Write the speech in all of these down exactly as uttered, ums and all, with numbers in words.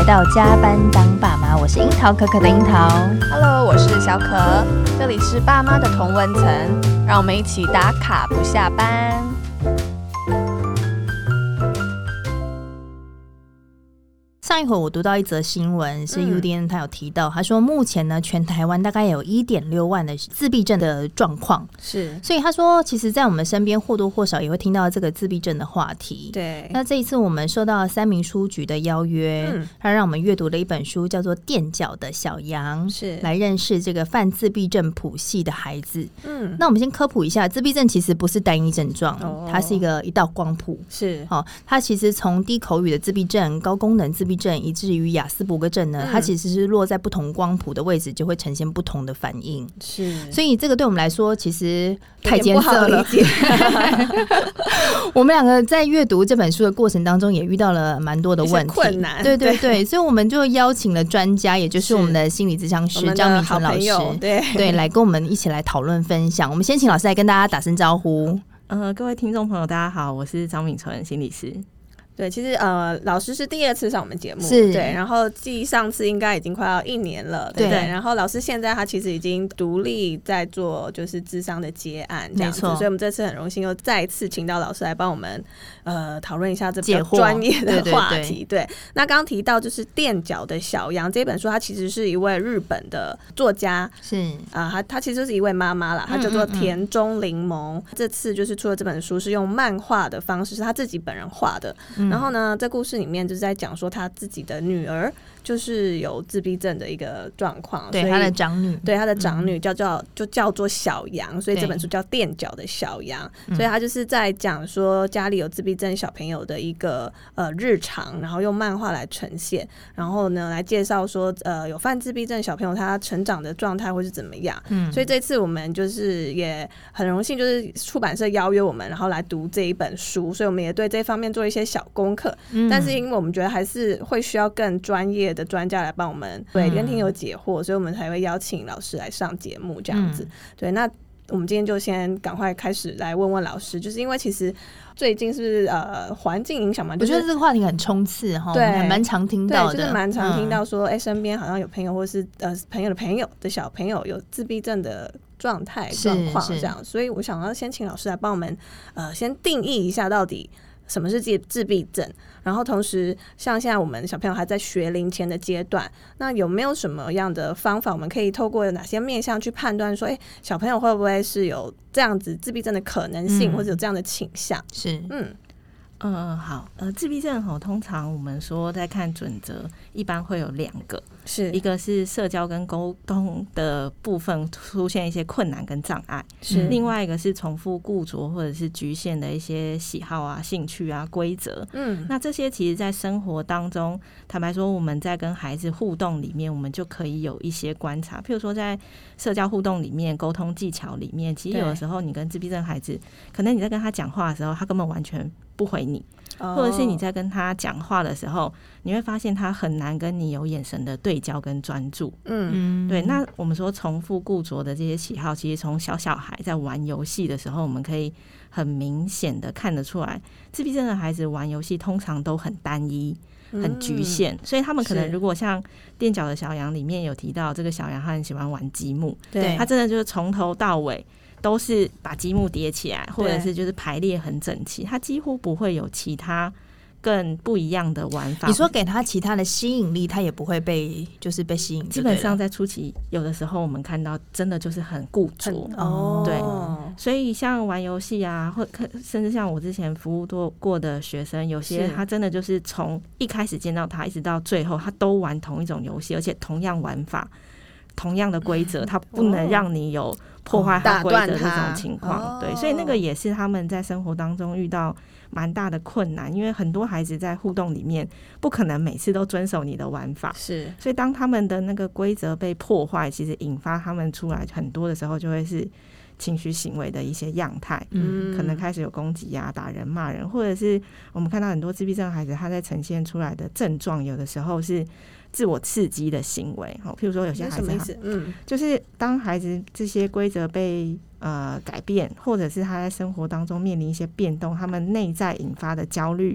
到加班当爸妈，我是樱桃可可的樱桃。 Hello， 我是小可，这里是爸妈的同温层，让我们一起打卡不下班。 上一回我读到一则新闻，是 U D N 他有提到，他说目前呢，全台湾大概有 一点六万的自闭症的状况， 是， 所以他说，其实，在我们身边或多或少也会听到这个自闭症的话题。 对， 那这一次我们受到三民书局的邀约，嗯、他让我们阅读了一本书，叫做《垫脚的小羊》， 是来认识这个泛自闭症谱系的孩子。 嗯， 那我们先科普一下，自闭症其实不是单一症状，哦、它是一个一道光谱。 是， 哦，它其实从低口语的自闭症、高功能自闭症，以至于亚斯伯格症呢，嗯、它其实是落在不同光谱的位置，就会呈现不同的反应。 是， 所以这个对我们来说，其实太艰涩了。我们两个在阅读这本书的过程当中，也遇到了蛮多的问题， 困难。 对对对，所以我们就邀请了专家，也就是我们的心理咨商师张明纯老师， 对对，来跟我们一起来讨论分享。我们先请老师来跟大家打声招呼。 呃，各位听众朋友，大家好，我是张明纯心理师。 对，其实呃，老师是第二次上我们节目， 是对，然后继上次应该已经快要一年了，对不对？然后老师现在他其实已经独立在做就是諮商的接案这样子，所以我们这次很荣幸又再一次请到老师来帮我们呃讨论一下这比较专业的话题。对, 对, 对, 对，那刚刚提到就是《垫脚的小羊》这本书，它其实是一位日本的作家， 是啊，他、呃、他其实是一位妈妈啦，她叫做田中柠檬。嗯嗯嗯这次就是出了这本书，是用漫画的方式，是他自己本人画的。嗯然后呢，这故事里面就是在讲说他自己的女儿就是有自闭症的一个状况， 对他的长女， 对他的长女叫叫、嗯、就叫做小羊，所以这本书叫《垫脚的小羊》，所以他就是在讲说家里有自闭症小朋友的一个呃日常，然后用漫画来呈现，然后呢来介绍说呃有泛自闭症小朋友他成长的状态会是怎么样。嗯，所以这次我们就是也很荣幸，就是出版社邀约我们，然后来读这一本书，所以我们也对这方面做一些小功课。嗯、但是因为我们觉得还是会需要更专业的专家来帮我们对跟听友解惑、嗯、所以我们才会邀请老师来上节目这样子、嗯、对。那我们今天就先赶快开始来问问老师，就是因为其实最近是不是呃环境影响嘛、就是、 我觉得这个话题很冲刺哈，对，蛮常听到的， 对，就是蛮常听到说哎、嗯欸，身边好像有朋友或是呃朋友的朋友的小朋友有自闭症的状态状况这样，所以我想要先请老师来帮我们呃先定义一下到底什么是自闭症，然后同时像现在我们小朋友还在学龄前的阶段，那有没有什么样的方法我们可以透过哪些面向去判断说，哎、欸，小朋友会不会是有这样子自闭症的可能性、嗯、或者有这样的倾向？ 是， 嗯嗯，好，呃，自闭症吼，通常我们说在看准则，一般会有两个， 是一个是社交跟沟通的部分出现一些困难跟障碍， 是另外一个是重复固着或者是局限的一些喜好啊、兴趣啊、规则。嗯，那这些其实在生活当中，坦白说，我们在跟孩子互动里面，我们就可以有一些观察，譬如说在社交互动里面、沟通技巧里面，其实有的时候你跟自闭症孩子，可能你在跟他讲话的时候，他根本完全不回你，或者是你在跟他讲话的时候，你会发现他很难跟你有眼神的对焦跟专注。嗯，对。那我们说重复固着的这些喜好，其实从小小孩在玩游戏的时候，我们可以很明显的看得出来，自闭症的孩子玩游戏通常都很单一、很局限，嗯、所以他们可能如果像《垫脚的小羊》里面有提到，这个小羊他很喜欢玩积木，对，他真的就是从头到尾都是把积木叠起来，或者是就是排列很整齐，他几乎不会有其他更不一样的玩法。 你说给他其他的吸引力，他也不会被就是被吸引。 基本上在初期，有的时候我们看到真的就是很固着， 哦， 对。所以像玩游戏啊，或甚至像我之前服务过的学生，有些他真的就是从一开始见到他，一直到最后，他都玩同一种游戏，而且同样玩法、同样的规则，他不能让你有破坏他规则的这种情况。对，所以那个也是他们在生活当中遇到蛮大的困难，因为很多孩子在互动里面不可能每次都遵守你的玩法， 是， 所以当他们的那个规则被破坏，其实引发他们出来很多的时候就会是情绪行为的一些样态，嗯，可能开始有攻击啊、打人、骂人，或者是我们看到很多自闭症孩子他在呈现出来的症状，有的时候是自我刺激的行为，譬如说有些孩子，嗯，就是当孩子这些规则被呃改变，或者是他在生活当中面临一些变动，他们内在引发的焦虑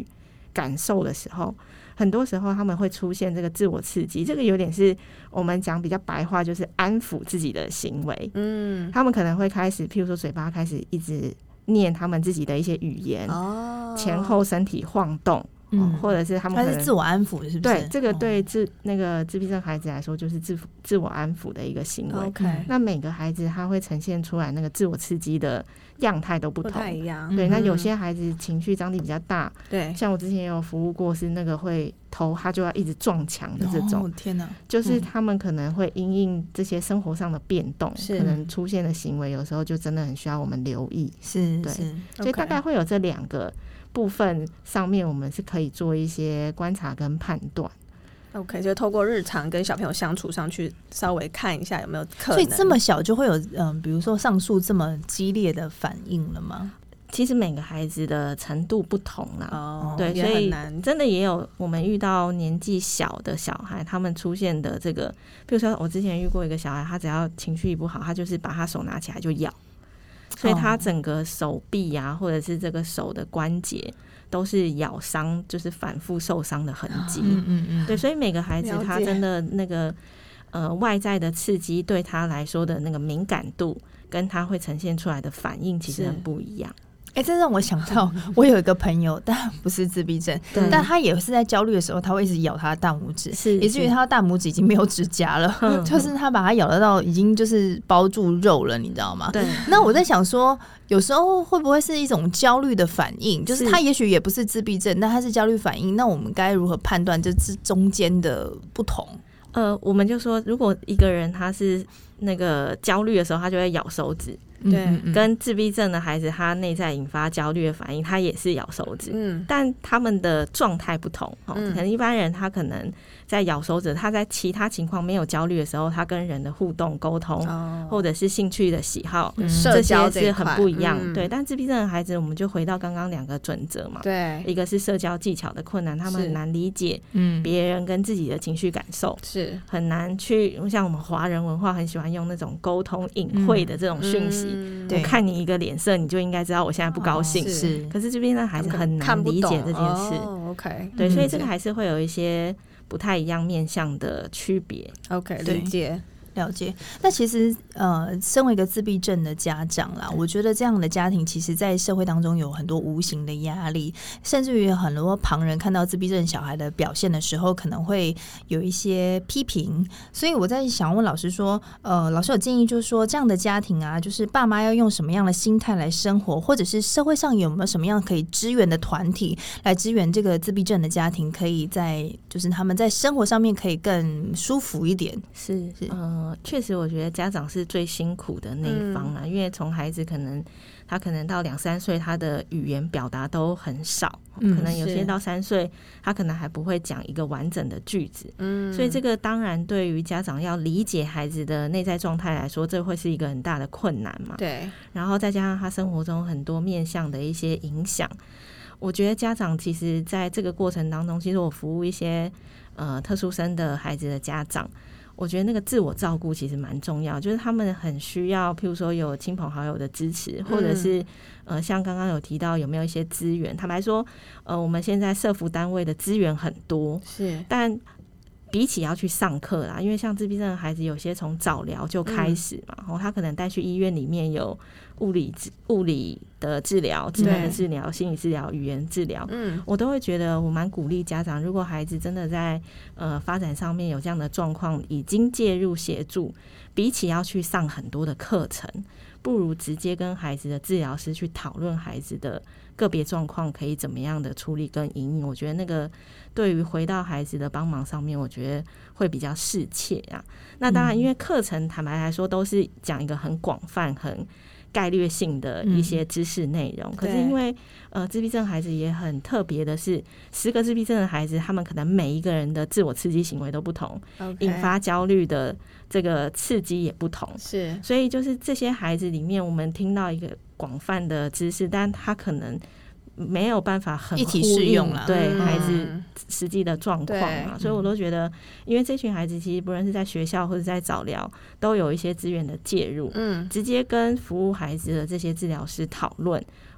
感受的时候，很多时候他们会出现这个自我刺激，这个有点是我们讲比较白话，就是安抚自己的行为。嗯，他们可能会开始，譬如说嘴巴开始一直念他们自己的一些语言，哦，前后身体晃动。嗯，或者是他们可能他是自我安抚，是不是？ 对，这个对自、哦、那个自闭症孩子来说，就是自自我安抚的一个行为。 OK， 那每个孩子他会呈现出来那个自我刺激的样态都不同， 不太一样。 对，嗯、那有些孩子情绪张力比较大， 对， 像我之前也有服务过，是那个会头他就要一直撞墙的这种。 哦，天哪！ 就是他们可能会因应这些生活上的变动， 嗯、 可能出现的行为，有时候就真的很需要我们留意。 是， 对， 是， 所以大概会有这两个部分上面，我们是可以做一些观察跟判断。 OK， 就透过日常跟小朋友相处上去稍微看一下有没有可能。 所以这么小就会有嗯，比如说上述这么激烈的反应了吗？ 其实每个孩子的程度不同啦， 哦， 对，所以真的也有我们遇到年纪小的小孩，他们出现的这个，比如说我之前遇过一个小孩，他只要情绪一不好，他就是把他手拿起来就咬。所以他整个手臂啊，或者是这个手的关节都是咬伤，就是反复受伤的痕迹。嗯嗯嗯，对，所以每个孩子他真的那个呃外在的刺激对他来说的那个敏感度，跟他会呈现出来的反应其实很不一样。 哎、欸，这让我想到，我有一个朋友，但不是自闭症，但他也是在焦虑的时候，他会一直咬他的大拇指， 是， 以至于他的大拇指已经没有指甲了，就是他把它咬得到已经就是包住肉了，你知道吗？ 对。 那我在想说，有时候会不会是一种焦虑的反应？就是他也许也不是自闭症，但他是焦虑反应。那我们该如何判断这中间的不同？ 呃，我们就说，如果一个人他是那个焦虑的时候，他就会咬手指。 对， 跟自闭症的孩子，他内在引发焦虑的反应，他也是咬手指，嗯，但他们的状态不同，哦，嗯，可能一般人他可能在咬手指，他在其他情况没有焦虑的时候，他跟人的互动沟通，哦，或者是兴趣的喜好，嗯，这些是很不一样，嗯，对。但自闭症的孩子，我们就回到刚刚两个准则嘛， 对， 一个是社交技巧的困难，他们很难理解别人跟自己的情绪感受， 是很难去像我们华人文化很喜欢用那种沟通隐晦的这种讯息。嗯嗯，我看你一个脸色，你就应该知道我现在不高兴。 哦，是， 可是这边的孩子很难理解这件事。 哦，OK， 对，所以这个还是会有一些不太一样面向的区别。 OK， 理解。 了解。那其实呃，身为一个自闭症的家长啦，我觉得这样的家庭其实在社会当中有很多无形的压力，甚至于很多旁人看到自闭症小孩的表现的时候，可能会有一些批评。所以我在想问老师说，呃，老师有建议就是说，这样的家庭啊，就是爸妈要用什么样的心态来生活，或者是社会上有没有什么样可以支援的团体来支援这个自闭症的家庭，可以在就是他们在生活上面可以更舒服一点。 是是，呃呃，确实，我觉得家长是最辛苦的那一方啊，嗯，因为从孩子可能他可能到两三岁，他的语言表达都很少，嗯，可能有些到三岁，他可能还不会讲一个完整的句子，嗯，所以这个当然对于家长要理解孩子的内在状态来说，这会是一个很大的困难嘛。 对， 然后再加上他生活中很多面向的一些影响，我觉得家长其实在这个过程当中，其实我服务一些呃特殊生的孩子的家长。我觉得那个自我照顾其实蛮重要，就是他们很需要，譬如说有亲朋好友的支持，或者是呃，像刚刚有提到有没有一些资源。坦白说，呃，我们现在社福单位的资源很多， 是， 但比起要去上课啦，因为像自闭症的孩子，有些从早疗就开始嘛，然后，嗯，他可能带去医院里面有物理物理的治疗、职能的治疗、心理治疗、语言治疗，嗯，我都会觉得我蛮鼓励家长，如果孩子真的在呃发展上面有这样的状况，已经介入协助，比起要去上很多的课程，不如直接跟孩子的治疗师去讨论孩子的个别状况可以怎么样的处理跟因应，我觉得那个对于回到孩子的帮忙上面，我觉得会比较适切啊。那当然，因为课程坦白来说都是讲一个很广泛、很概略性的一些知识内容，嗯，可是因为呃自闭症孩子也很特别的是，十个自闭症的孩子，他们可能每一个人的自我刺激行为都不同， okay， 引发焦虑的这个刺激也不同， 是， 所以就是这些孩子里面，我们听到一个广泛的知识，但他可能没有办法很一体适用了， 对， 嗯， 孩子实际的状况嘛，所以我都觉得，因为这群孩子其实不论是在学校或者在早疗，都有一些资源的介入，嗯，直接跟服务孩子的这些治疗师讨论，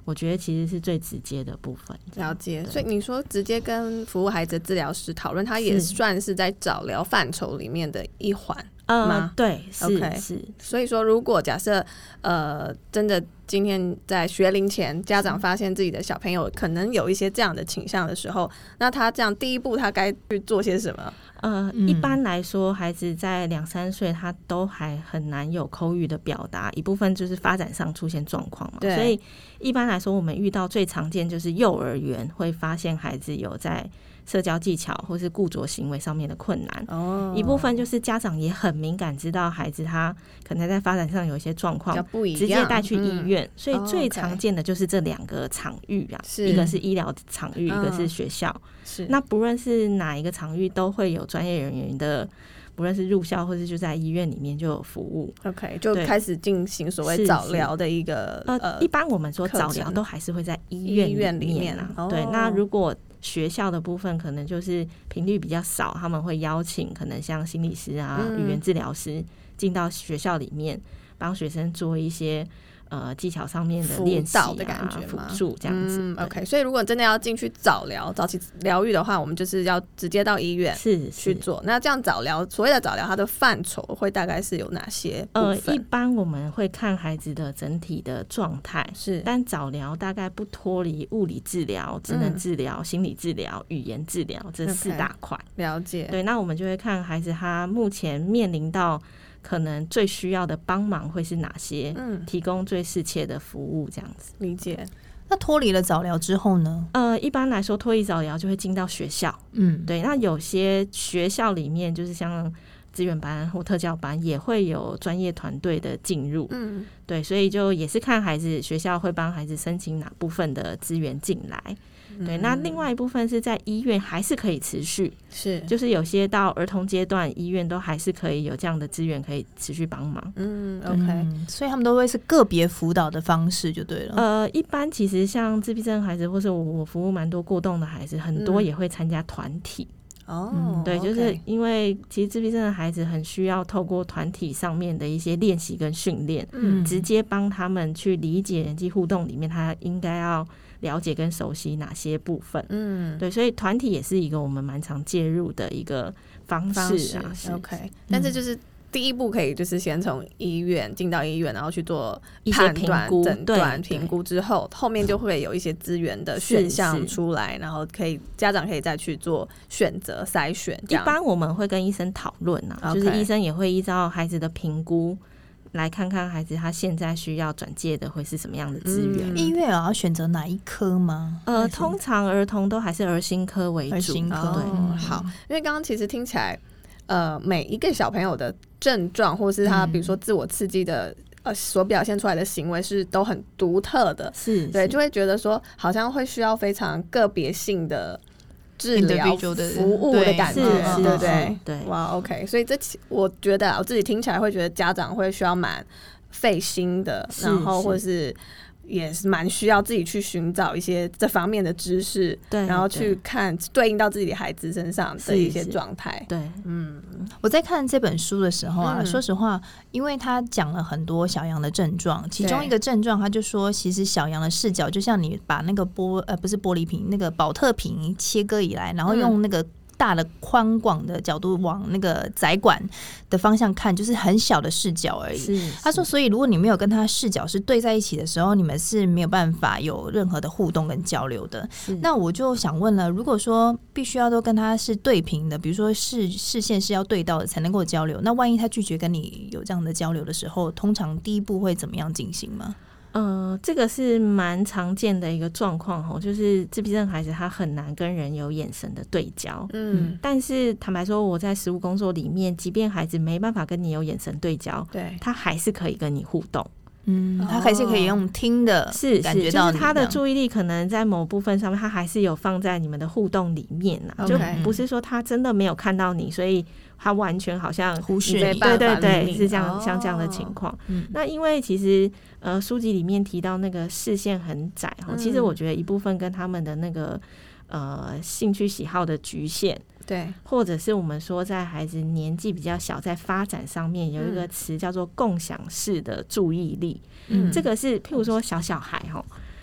我觉得其实是最直接的部分。 了解，所以你说直接跟服务孩子的治疗师讨论，它也算是在早疗范畴里面的一环吗？ 呃，对，是、 okay. 是。 所以说，如果假设呃真的今天在学龄前，家长发现自己的小朋友可能有一些这样的倾向的时候，那他这样第一步他该去做些什么？ 呃，一般来说，孩子在两三岁，他都还很难有口语的表达，一部分就是发展上出现状况嘛。所以一般来说，我们遇到最常见就是幼儿园会发现孩子有在社交技巧或是固着行为上面的困难。哦，一部分就是家长也很敏感，知道孩子他可能在发展上有一些状况，直接带去医院。嗯、所以最常见的就是这两个场域啊，哦、一个是医疗场域，嗯、一个是学校。是，那不论是哪一个场域，都会有专业人员的。不论是入校或是就在医院里面就有服务 ，OK， 就开始进行所谓早疗的一个呃，呃，一般我们说早疗都还是会在医院里面啊。面面啊对，哦、那如果学校的部分可能就是频率比较少，他们会邀请可能像心理师啊、嗯、语言治疗师进到学校里面帮学生做一些。呃，技巧上面的练习、啊、 的感觉吗？ 辅助这样子、 嗯、，OK。所以如果真的要进去早疗、早期疗愈的话，我们就是要直接到医院是去做。那这样早疗，所谓的早疗，它的范畴会大概是有哪些部分？ 呃，一般我们会看孩子的整体的状态，是，但早疗大概不脱离物理治疗、职能治疗、嗯、心理治疗、语言治疗这四大块。 Okay, 了解。 对，那我们就会看孩子他目前面临到。可能最需要的帮忙会是哪些？嗯，提供最适切的服务，这样子。 理解。 那脱离了早疗之后呢？ 呃，一般来说，脱离早疗就会进到学校。嗯，对。那有些学校里面，就是像资源班或特教班，也会有专业团队的进入。嗯，对，所以就也是看孩子学校会帮孩子申请哪部分的资源进来。对，那另外一部分是在医院还是可以持续，是就是有些到儿童阶段，医院都还是可以有这样的资源可以持续帮忙。 嗯 ，OK， 嗯所以他们都会是个别辅导的方式就对了。 呃，一般其实像自闭症孩子，或是我我服务蛮多过动的孩子，很多也会参加团体。哦、嗯，对，就是因为其实自闭症的孩子很需要透过团体上面的一些练习跟训练，嗯，直接帮他们去理解人际互动里面他应该要了解跟熟悉哪些部分。嗯，对，所以团体也是一个我们蛮常介入的一个方式啊。 是 OK， 但是就是第一步可以就是先从医院进到医院，然后去做判断、诊断、评估之后，后面就会有一些资源的选项出来，然后可以家长可以再去做选择筛选。 一般我们会跟医生讨论啊， okay. 就是医生也会依照孩子的评估。来看看孩子他现在需要转介的会是什么样的资源、 嗯、医院要选择哪一科吗？ 呃，通常儿童都还是儿心科为主。儿心科、 对、嗯、好，因为刚刚其实听起来呃，每一个小朋友的症状或是他比如说自我刺激的、嗯、呃所表现出来的行为是都很独特的，是对，就会觉得说好像会需要非常个别性的治疗服务的感觉，对不对？对，哇 ，OK， 所以这我觉得我自己听起来会觉得家长会需要蛮费心的，然后或是也是蛮需要自己去寻找一些这方面的知识，对，然后去看对应到自己的孩子身上的一些状态。对， 嗯，我在看这本书的时候啊，嗯、说实话，因为他讲了很多小羊的症状，其中一个症状他就说，其实小羊的视角就像你把那个玻呃不是玻璃瓶，那个保特瓶切割以来，然后用那个。大的宽广的角度往那个窄管的方向看，就是很小的视角而已。他说，所以如果你没有跟他视角是对在一起的时候，你们是没有办法有任何的互动跟交流的。那我就想问了，如果说必须要都跟他是对平的，比如说视视线是要对到的才能够交流，那万一他拒绝跟你有这样的交流的时候，通常第一步会怎么样进行吗？ 呃，这个是蛮常见的一个状况，就是自闭症孩子他很难跟人有眼神的对焦。嗯，但是坦白说，我在实务工作里面，即便孩子没办法跟你有眼神对焦，对，他还是可以跟你互动。 嗯，他还是可以用听的是感觉到你， 就是他的注意力可能在某部分上面，他还是有放在你们的互动里面啊， okay, 就不是说他真的没有看到你，所以他完全好像忽视你， 对对对，是这样、哦、像这样的情况、嗯。那因为其实呃书籍里面提到那个视线很窄、嗯、其实我觉得一部分跟他们的那个呃兴趣喜好的局限。对，或者是我们说在孩子年纪比较小，在发展上面有一个词叫做共享式的注意力。嗯，这个是譬如说小小孩哈，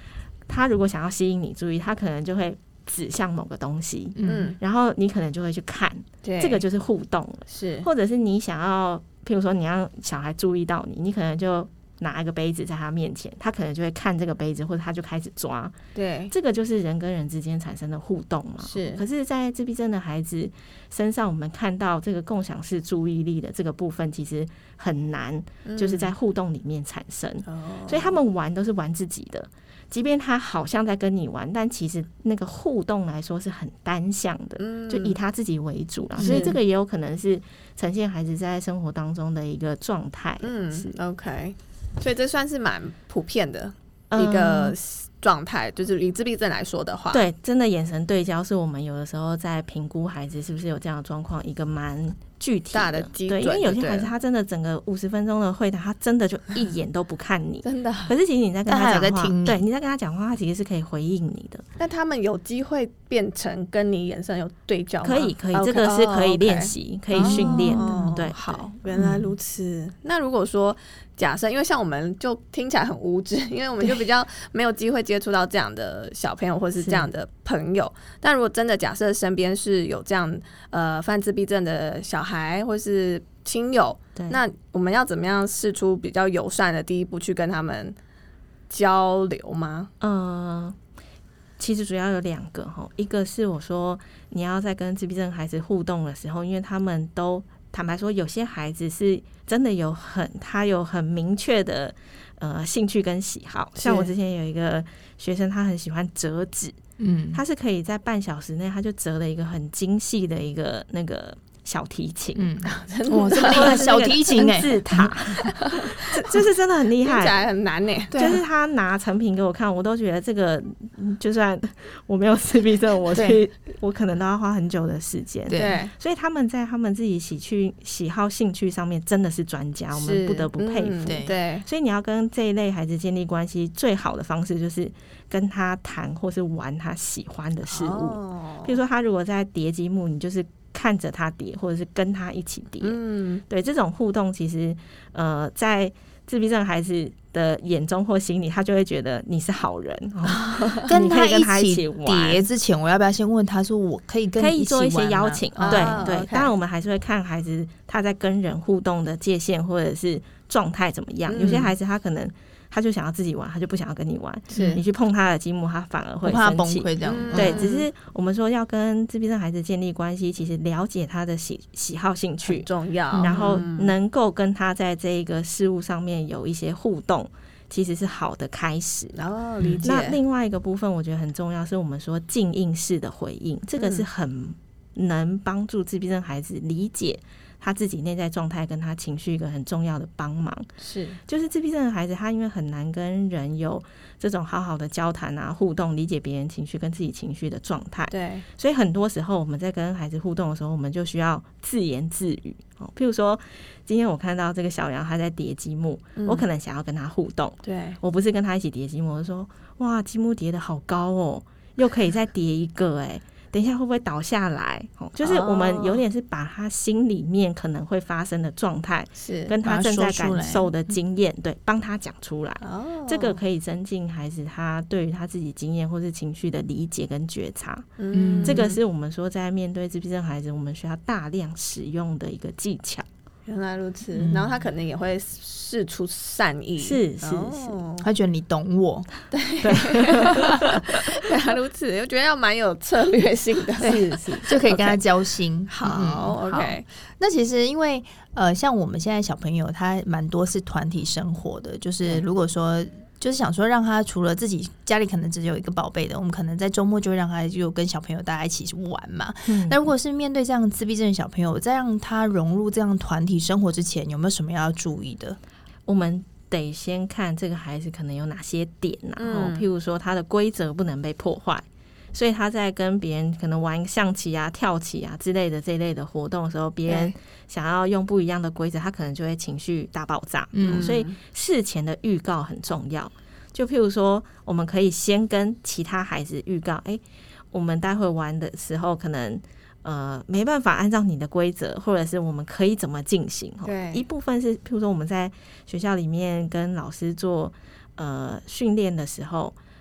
他如果想要吸引你注意，他可能就会指向某个东西， 嗯， 然后你可能就会去看， 对， 这个就是互动了。 是， 或者是你想要，譬如说你让小孩注意到你，你可能就拿一个杯子在他面前，他可能就会看这个杯子，或者他就开始抓。 对， 这个就是人跟人之间产生的互动嘛。 是。 可是，在自闭症的孩子身上，我们看到这个共享式注意力的这个部分，其实很难，就是在互动里面产生。嗯、所以他们玩都是玩自己的。即便他好像在跟你玩，但其实那个互动来说是很单向的，嗯、就以他自己为主啦。所以这个也有可能是呈现孩子在生活当中的一个状态。 嗯是 ，OK， 所以这算是蛮普遍的一个状态，嗯、就是以自闭症来说的话， 对，真的眼神对焦是我们有的时候在评估孩子是不是有这样的状况一个蛮具体 的, 大的基准， 对，因为有些孩子他真的整个五十分钟的会谈，他真的就一眼都不看你， 真的。 可是其实你在跟他讲话， 你对，你在跟他讲话，他其实是可以回应你的。 但他们有机会变成跟你眼神有对焦吗？ 可以，可以， okay, 这个是可以练习、 哦 okay, 可以训练的。 哦、 对， 好，原来如此。嗯、那如果说假设，因为像我们就听起来很无知，因为我们就比较没有机会接触到这样的小朋友或是这样的朋友。但如果真的假设身边是有这样呃犯自闭症的小孩或是亲友，那我们要怎么样释出比较友善的第一步去跟他们交流吗？ 呃，其实主要有两个哈，一个是我说你要在跟自闭症孩子互动的时候，因为他们都坦白说，有些孩子是真的有很他有很明确的呃兴趣跟喜好，像我之前有一个学生，他很喜欢折纸，嗯，他是可以在半小时内他就折了一个很精细的一个那个小提琴，嗯， 哇，这么厉害，小提琴哎、欸， 金字塔，这是真的很厉害， 听起来很难哎、欸。 就是他拿成品给我看，我都觉得这个，就算我没有自闭症，我去我可能都要花很久的时间。 对， 所以他们在他们自己喜趣、喜好、兴趣上面真的是专家，我们不得不佩服。 嗯、对， 所以你要跟这一类孩子建立关系，最好的方式就是跟他谈或是玩他喜欢的事物。哦、比如说，他如果在叠积木，你就是看着他叠，或者是跟他一起叠，嗯，对，这种互动其实，呃，在自闭症孩子的眼中或心里，他就会觉得你是好人，哦、 跟他一起叠之前，我要不要先问他说，我可以跟你可以做一些邀请？ 哦、 对对， okay 当然我们还是会看孩子他在跟人互动的界限或者是状态怎么样。嗯、有些孩子他可能他就想要自己玩，他就不想要跟你玩。是你去碰他的积木，他反而会生气， 崩溃这样。 对，只是我们说要跟自闭症孩子建立关系，其实了解他的喜喜好、兴趣很重要， 然后能够跟他在这一个事物上面有一些互动，其实是好的开始。 哦，理解。 那另外一个部分，我觉得很重要，是我们说静应式的回应，这个是很能帮助自闭症孩子理解他自己内在状态跟他情绪一个很重要的帮忙。 是， 就是自闭症的孩子，他因为很难跟人有这种好好的交谈啊、互动，理解别人情绪跟自己情绪的状态。 对， 所以很多时候我们在跟孩子互动的时候，我们就需要自言自语。哦，譬如说，今天我看到这个小羊他在叠积木，嗯、我可能想要跟他互动。 对，我不是跟他一起叠积木，我就说哇，积木叠得好高哦，又可以再叠一个哎、欸。等一下会不会倒下来？就是我们有点是把他心里面可能会发生的状态，是跟他正在感受的经验，对，帮他讲出来。哦，这个可以增进孩子他对于他自己经验或是情绪的理解跟觉察。嗯，这个是我们说在面对自闭症孩子，我们需要大量使用的一个技巧。 原来如此，嗯、然后他可能也会释出善意， 是是是， 哦、 他觉得你懂我， 对对，原来如此，我觉得要蛮有策略性的， 是是，就可以跟他交心。 Okay, 好、嗯、，OK。 那其实因为呃，像我们现在小朋友，他蛮多是团体生活的，就是如果说。就是想说让他除了自己家里可能只有一个宝贝的，我们可能在周末就会让他就跟小朋友大家一起玩嘛。嗯、那如果是面对这样自闭症的小朋友，在让他融入这样团体生活之前，有没有什么要注意的？ 我们得先看这个孩子可能有哪些点啊，嗯、譬如说他的规则不能被破坏。所以他在跟别人可能玩象棋啊、跳棋啊之类的这一类的活动的时候，别人想要用不一样的规则，他可能就会情绪大爆炸。嗯，所以事前的预告很重要。就譬如说，我们可以先跟其他孩子预告，哎、欸，我们待会玩的时候可能呃没办法按照你的规则，或者是我们可以怎么进行。对，一部分是譬如说我们在学校里面跟老师做呃训练的时候。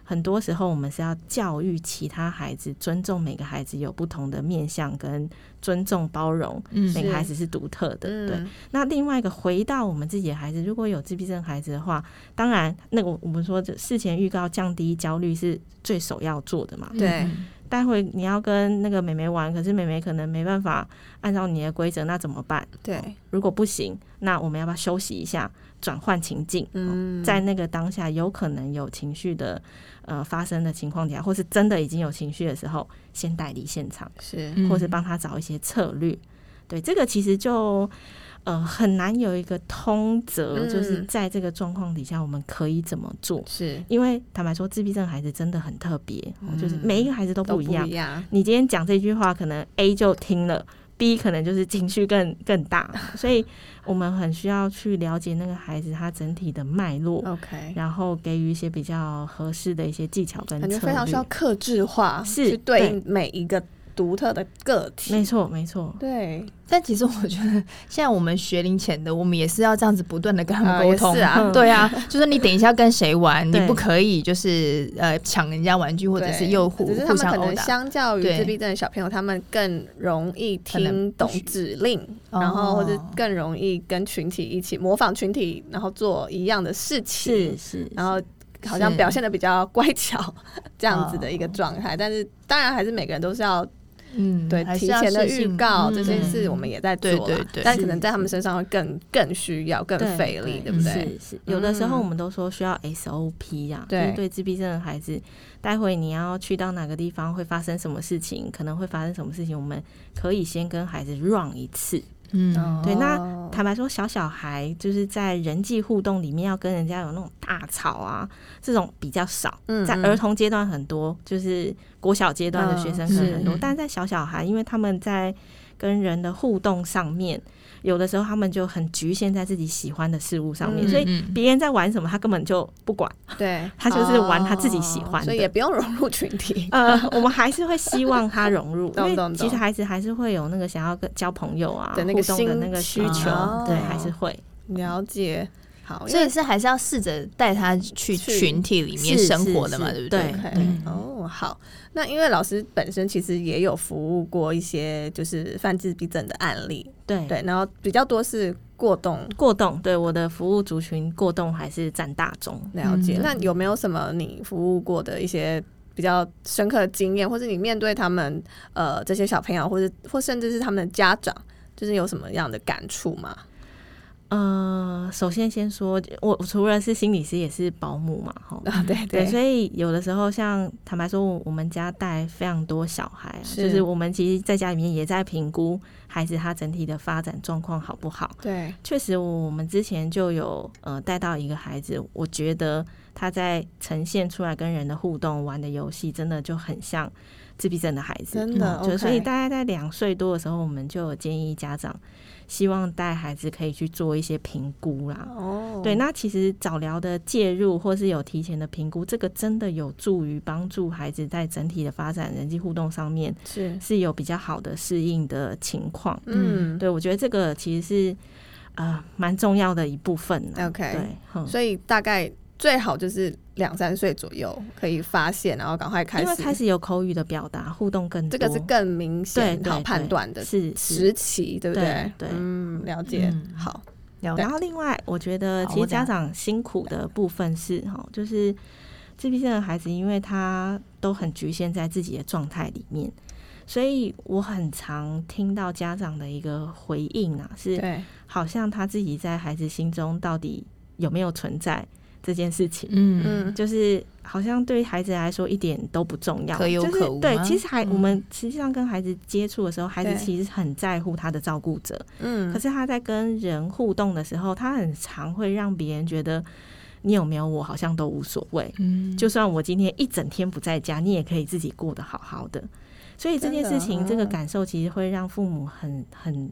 很多时候我们是要教育其他孩子尊重每个孩子有不同的面向，跟尊重包容每个孩子是独特的、嗯、对。那另外一个回到我们自己的孩子，如果有自闭症孩子的话，当然那个我们说事前预告降低焦虑是最首要做的嘛， 对。 待会你要跟那个妹妹玩，可是妹妹可能没办法按照你的规则，那怎么办？ 对， 如果不行，那我们要不要休息一下，转换情境、嗯？在那个当下有可能有情绪的呃发生的情况底下，或是真的已经有情绪的时候，先带离现场， 是， 或是帮他找一些策略。对，这个其实就呃很难有一个通则、嗯，就是在这个状况底下我们可以怎么做？ 是因为坦白说，自闭症孩子真的很特别、嗯，就是每一个孩子都不一样。 一样你今天讲这句话，可能 A 就听了 ，B 可能就是情绪更更大，所以我们很需要去了解那个孩子他整体的脉络 ，OK， 然后给予一些比较合适的一些技巧跟策略， 感觉非常需要客制化， 是去对应每一个独特的个体。 没错，没错， 对。 但其实我觉得，现在我们学龄前的，我们也是要这样子不断的跟他们沟通、 呃、是啊， 对啊，就是你等一下跟谁玩，你不可以就是呃抢人家玩具，或者是又互只是他们可能相较于自闭症的小朋友，他们更容易听懂指令，然后或者更容易跟群体一起模仿群体，然后做一样的事情， 是是， 然后好像表现得比较乖巧这样子的一个状态。但是当然还是每个人都是要。嗯，对，提前的预告、嗯、这些事我们也在做啦，对对对，但可能在他们身上会更更需要更费力， 对, 对不对？ 是是，有的时候我们都说需要 S O P 啊，对、就是、对自闭症的孩子，待会你要去到哪个地方会发生什么事情，可能会发生什么事情，我们可以先跟孩子 run 一次。嗯，对，那坦白说，小小孩就是在人际互动里面要跟人家有那种大吵啊，这种比较少。嗯，在儿童阶段很多，就是国小阶段的学生可能很多，嗯、但是在小小孩，因为他们在跟人的互动上面，有的时候他们就很局限在自己喜欢的事物上面，嗯、所以别人在玩什么，他根本就不管。 对， 他就是玩他自己喜欢的， 所以也不用融入群体。 呃，我们还是会希望他融入，因为其实孩子还是会有那个想要跟交朋友啊、 的那个互动的那个需求，哦、对，还是会了解。好， 所以是还是要试着带他去群体里面生活的嘛，对不对？ 对，对哦，好。那因为老师本身其实也有服务过一些就是泛自闭症的案例， 对对，然后比较多是过动， 过动，对，我的服务族群过动还是占大宗。 了解。嗯、那有没有什么你服务过的一些比较深刻的经验，或是你面对他们呃这些小朋友，或者或甚至是他们的家长，就是有什么样的感触吗？ 呃，首先先说，我除了是心理师，也是保姆嘛，哈、 啊，对对, 对，所以有的时候像坦白说，我们家带非常多小孩、啊，是就是我们其实在家里面也在评估孩子他整体的发展状况好不好。 对， 确实我们之前就有呃带到一个孩子，我觉得他在呈现出来跟人的互动玩的游戏，真的就很像自闭症的孩子， 真的， 嗯、就所以大概在两岁多的时候，我们就有建议家长。希望带孩子可以去做一些评估啦，哦，对，那其实早疗的介入或是有提前的评估，这个真的有助于帮助孩子在整体的发展、人际互动上面是是有比较好的适应的情况。嗯，对，我觉得这个其实是呃蛮重要的一部分。 OK， 对、 嗯，所以大概最好就是两三岁左右可以发现，然后赶快开始， 因为开始有口语的表达，互动更多， 这个是更明显好判断的时期，对不对？ 对，对嗯，了解。嗯、好， 然后另外，我觉得其实家长辛苦的部分是哈，就是自闭症的孩子，因为他都很局限在自己的状态里面，所以我很常听到家长的一个回应啊，是好像他自己在孩子心中到底有没有存在。这件事情，嗯，就是好像对孩子来说一点都不重要， 可有可无、 就是、对，其实还、嗯、我们实际上跟孩子接触的时候，孩子其实很在乎他的照顾者，嗯，可是他在跟人互动的时候，他很常会让别人觉得你有没有我好像都无所谓，嗯，就算我今天一整天不在家，你也可以自己过得好好的。所以这件事情，这个感受其实会让父母很很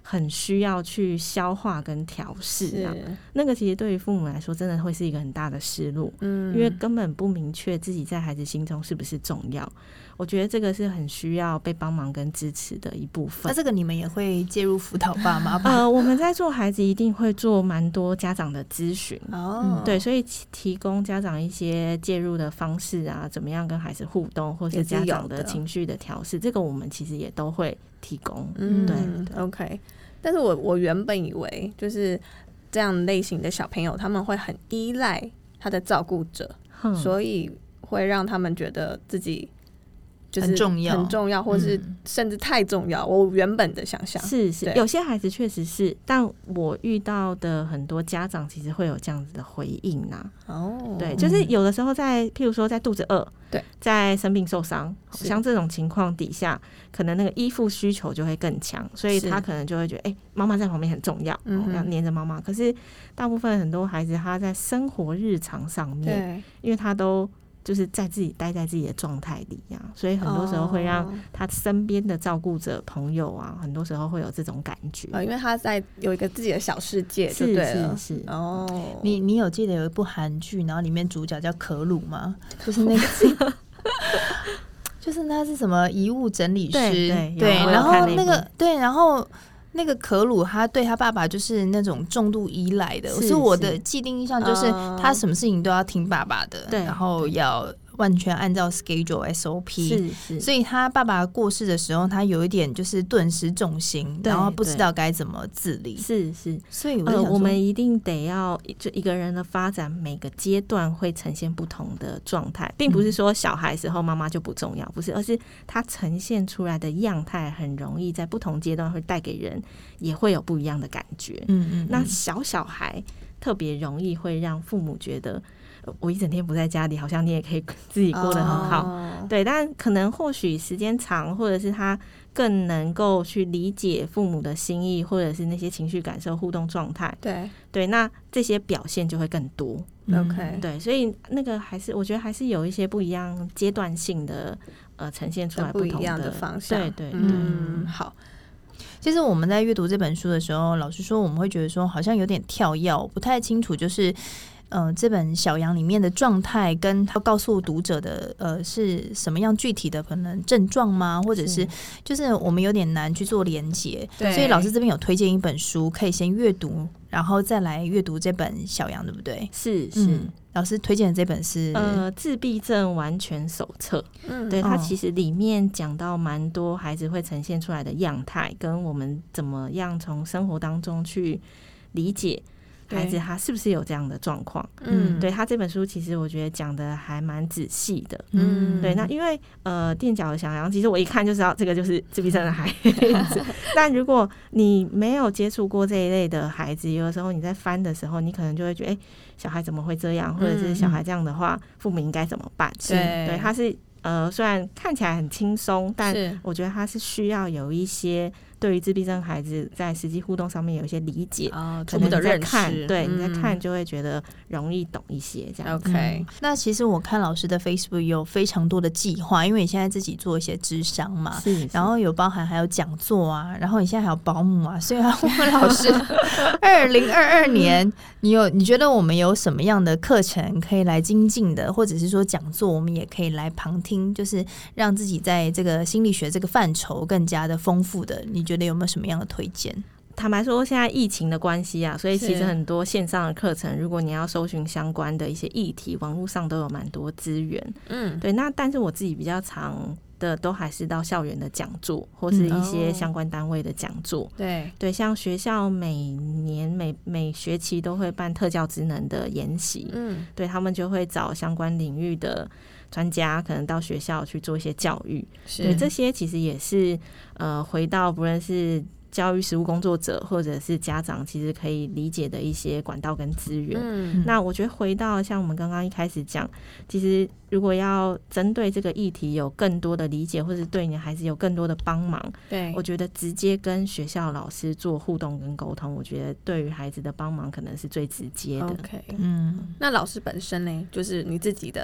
很需要去消化跟调试啊，那个其实对于父母来说真的会是一个很大的失落，嗯，因为根本不明确自己在孩子心中是不是重要。我觉得这个是很需要被帮忙跟支持的一部分。 那这个你们也会介入辅导爸妈吧？ 呃，我们在做孩子一定会做蛮多家长的咨询哦，对，所以提供家长一些介入的方式啊，怎么样跟孩子互动，或是家长的情绪的调试，这个我们其实也都会提供。嗯，对, 对 ，OK。但是我我原本以为就是这样类型的小朋友，他们会很依赖他的照顾者，嗯，所以会让他们觉得自己就是很重要， 很重要，或是甚至太重要。嗯，我原本的想象是是，有些孩子确实是，但我遇到的很多家长其实会有这样子的回应啊。哦，对，就是有的时候在，譬如说在肚子饿，对，在生病受伤，像这种情况底下，可能那个依附需求就会更强，所以他可能就会觉得，哎，欸，妈妈在旁边很重要，嗯，要黏着妈妈。可是大部分很多孩子他在生活日常上面，因为他都就是在自己待在自己的状态里啊，所以很多时候会让他身边的照顾者朋友啊，很多时候会有这种感觉， 哦，因为他在有一个自己的小世界就对了。 是是是哦， 你你有记得有一部韩剧，然后里面主角叫可鲁吗？就是那个就是他是什么遗物整理师， 对对对，然后那个对，然后那个可鲁他对他爸爸就是那种重度依赖的，是我的既定印象就是他什么事情都要听爸爸的，对，然后要完全按照 schedule S O P， 是是，所以他爸爸过世的时候，他有一点就是顿失重心，然后不知道该怎么自理， 是是， 所以我呃，我们一定得要就一个人的发展，每个阶段会呈现不同的状态，并不是说小孩时候妈妈就不重要，不是，而是他呈现出来的样态很容易在不同阶段会带给人也会有不一样的感觉。嗯 嗯, 嗯，那小小孩特别容易会让父母觉得，我一整天不在家里，好像你也可以自己过得很好，哦，对，但可能或许时间长，或者是他更能够去理解父母的心意，或者是那些情绪感受互动状态， 对对，那这些表现就会更多。 OK， 嗯，对，所以那个还是我觉得还是有一些不一样阶段性的呃呈现出来不同的不一样的方向， 对对对， 嗯，好。 其实我们在阅读这本书的时候，老实说我们会觉得说好像有点跳跃，不太清楚就是呃，这本小羊里面的状态跟他告诉读者的呃是什么样具体的可能症状吗？或者是就是我们有点难去做连结，所以老师这边有推荐一本书，可以先阅读，然后再来阅读这本小羊，对不对？ 是是。嗯， 老师推荐的这本是呃自闭症完全手册，嗯，对，它其实里面讲到蛮多孩子会呈现出来的样态，跟我们怎么样从生活当中去理解孩子他是不是有这样的状况。嗯，对，他这本书其实我觉得讲的还蛮仔细的。嗯，对，那因为呃垫脚的小羊，其实我一看就知道这个就是自闭症的孩子但如果你没有接触过这一类的孩子，有的时候你在翻的时候，你可能就会觉得，哎，小孩怎么会这样，或者是小孩这样的话，父母应该怎么办？对，对，他是呃虽然看起来很轻松，但我觉得他是需要有一些对于自闭症孩子在实际互动上面有一些理解， 哦，初步的认识， 对，你在看就会觉得容易懂一些这样。 OK，嗯，那其实我看老师的 Facebook 有非常多的计划，因为你现在自己做一些諮商嘛，是是，然后有包含还有讲座啊，然后你现在还有保姆啊，所以要问老师，二零二二年你有你觉得我们有什么样的课程可以来精进的，或者是说讲座我们也可以来旁听，就是让自己在这个心理学这个范畴更加的丰富的，你觉得有没有什么样的推荐？ 坦白说现在疫情的关系啊，所以其实很多线上的课程，如果你要搜寻相关的一些议题，网络上都有蛮多资源。嗯，对，那但是我自己比较常的都还是到校园的讲座，或是一些相关单位的讲座。嗯，对对，像学校每年每每学期都会办特教职能的研习，嗯，对，他们就会找相关领域的专家可能到学校去做一些教育，对，这些其实也是呃回到不论是教育实务工作者或者是家长其实可以理解的一些管道跟资源。嗯，那我觉得回到像我们刚刚一开始讲，其实如果要针对这个议题有更多的理解，或者对你的孩子有更多的帮忙，对，我觉得直接跟学校老师做互动跟沟通，我觉得对于孩子的帮忙可能是最直接的。 OK， 嗯，那老师本身呢，就是你自己的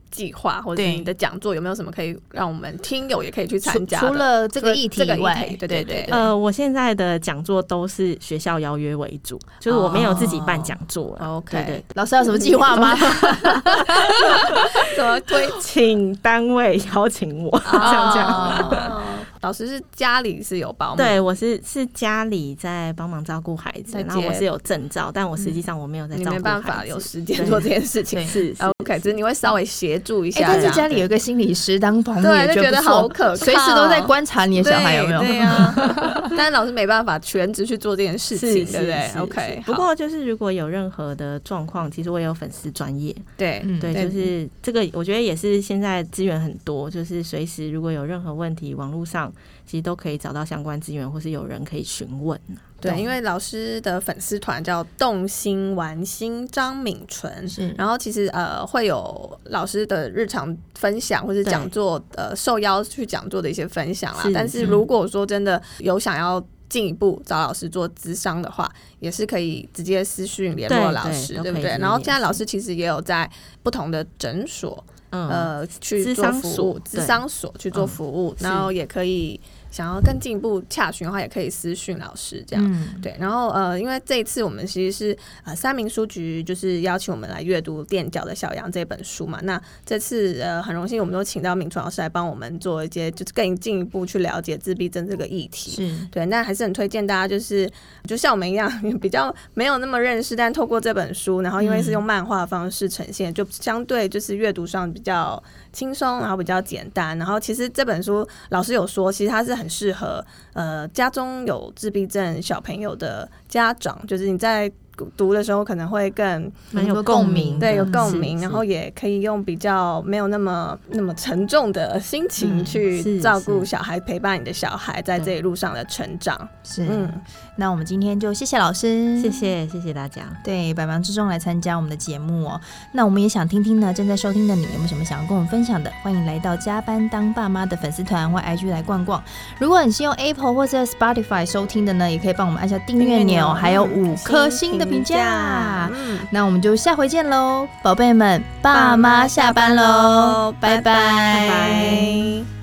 计划或者你的讲座有没有什么可以让我们听友也可以去参加的？除了这个议题以外， 对对 对, 对。 呃，我现在的讲座都是学校邀约为主，就是我没有自己办讲座了。 哦、OK， 对对，老师有什么计划吗？ 怎么推？ 请单位邀请我，像这样。 哦老师是家里是有保姆， 对，我是是家里在帮忙照顾孩子，然后我是有证照，但我实际上我没有在照顾孩子， 你没办法有时间做这件事情。 是 OK， 只是你会稍微协助一下、 欸。但是家里有一个心理师当保姆，也觉得好可靠， 随时都在观察你的小孩有没有。 对啊，但是老师没办法全职去做这件事情，对不对 ？OK。 不过就是如果有任何的状况，其实我也有粉丝专业， 对、 嗯、对，就是这个，我觉得也是现在资源很多，就是随时如果有任何问题，网络上其实都可以找到相关资源，或是有人可以询问。 对，因为老师的粉丝团叫动心玩心张敏纯，然后其实呃会有老师的日常分享或是讲座，呃受邀去讲座的一些分享啦。是但是如果说真的有想要进一步找老师做咨商的话，也是可以直接私讯联络老师， 对, 对不对？然后现在老师其实也有在不同的诊所。嗯、呃，去做服务，咨商所去做服务，嗯、然后也可以想要更进一步洽询的话，也可以私讯老师这样。嗯、对，然后呃，因为这一次我们其实是呃三民书局就是邀请我们来阅读《垫脚的小羊》这本书嘛，那这次呃很荣幸我们都请到敏纯老师来帮我们做一些就是更进一步去了解自闭症这个议题。是，对，那还是很推荐大家就是就像我们一样比较没有那么认识，但透过这本书，然后因为是用漫画的方式呈现，嗯、就相对就是阅读上比较轻松，然后比较简单。然后其实这本书老师有说，其实它是很适合呃家中有自闭症小朋友的家长，就是你在读的时候可能会更有共鸣， 对，有共鸣，然后也可以用比较没有那么那么沉重的心情去照顾小孩，陪伴你的小孩在这一路上的成长。 是，嗯，那我们今天就谢谢老师， 谢谢谢谢大家， 对，百忙之中来参加我们的节目哦。那我们也想听听呢，正在收听的你有没有什么想要跟我们分享的？欢迎来到加班当爸妈的粉丝团或 I G 来逛逛。如果你是用 Apple 或者 Spotify 收听的呢，也可以帮我们按下订阅钮，还有五颗星的评价。嗯，那我们就下回见喽，宝贝们，爸妈下班喽，拜拜。 拜拜。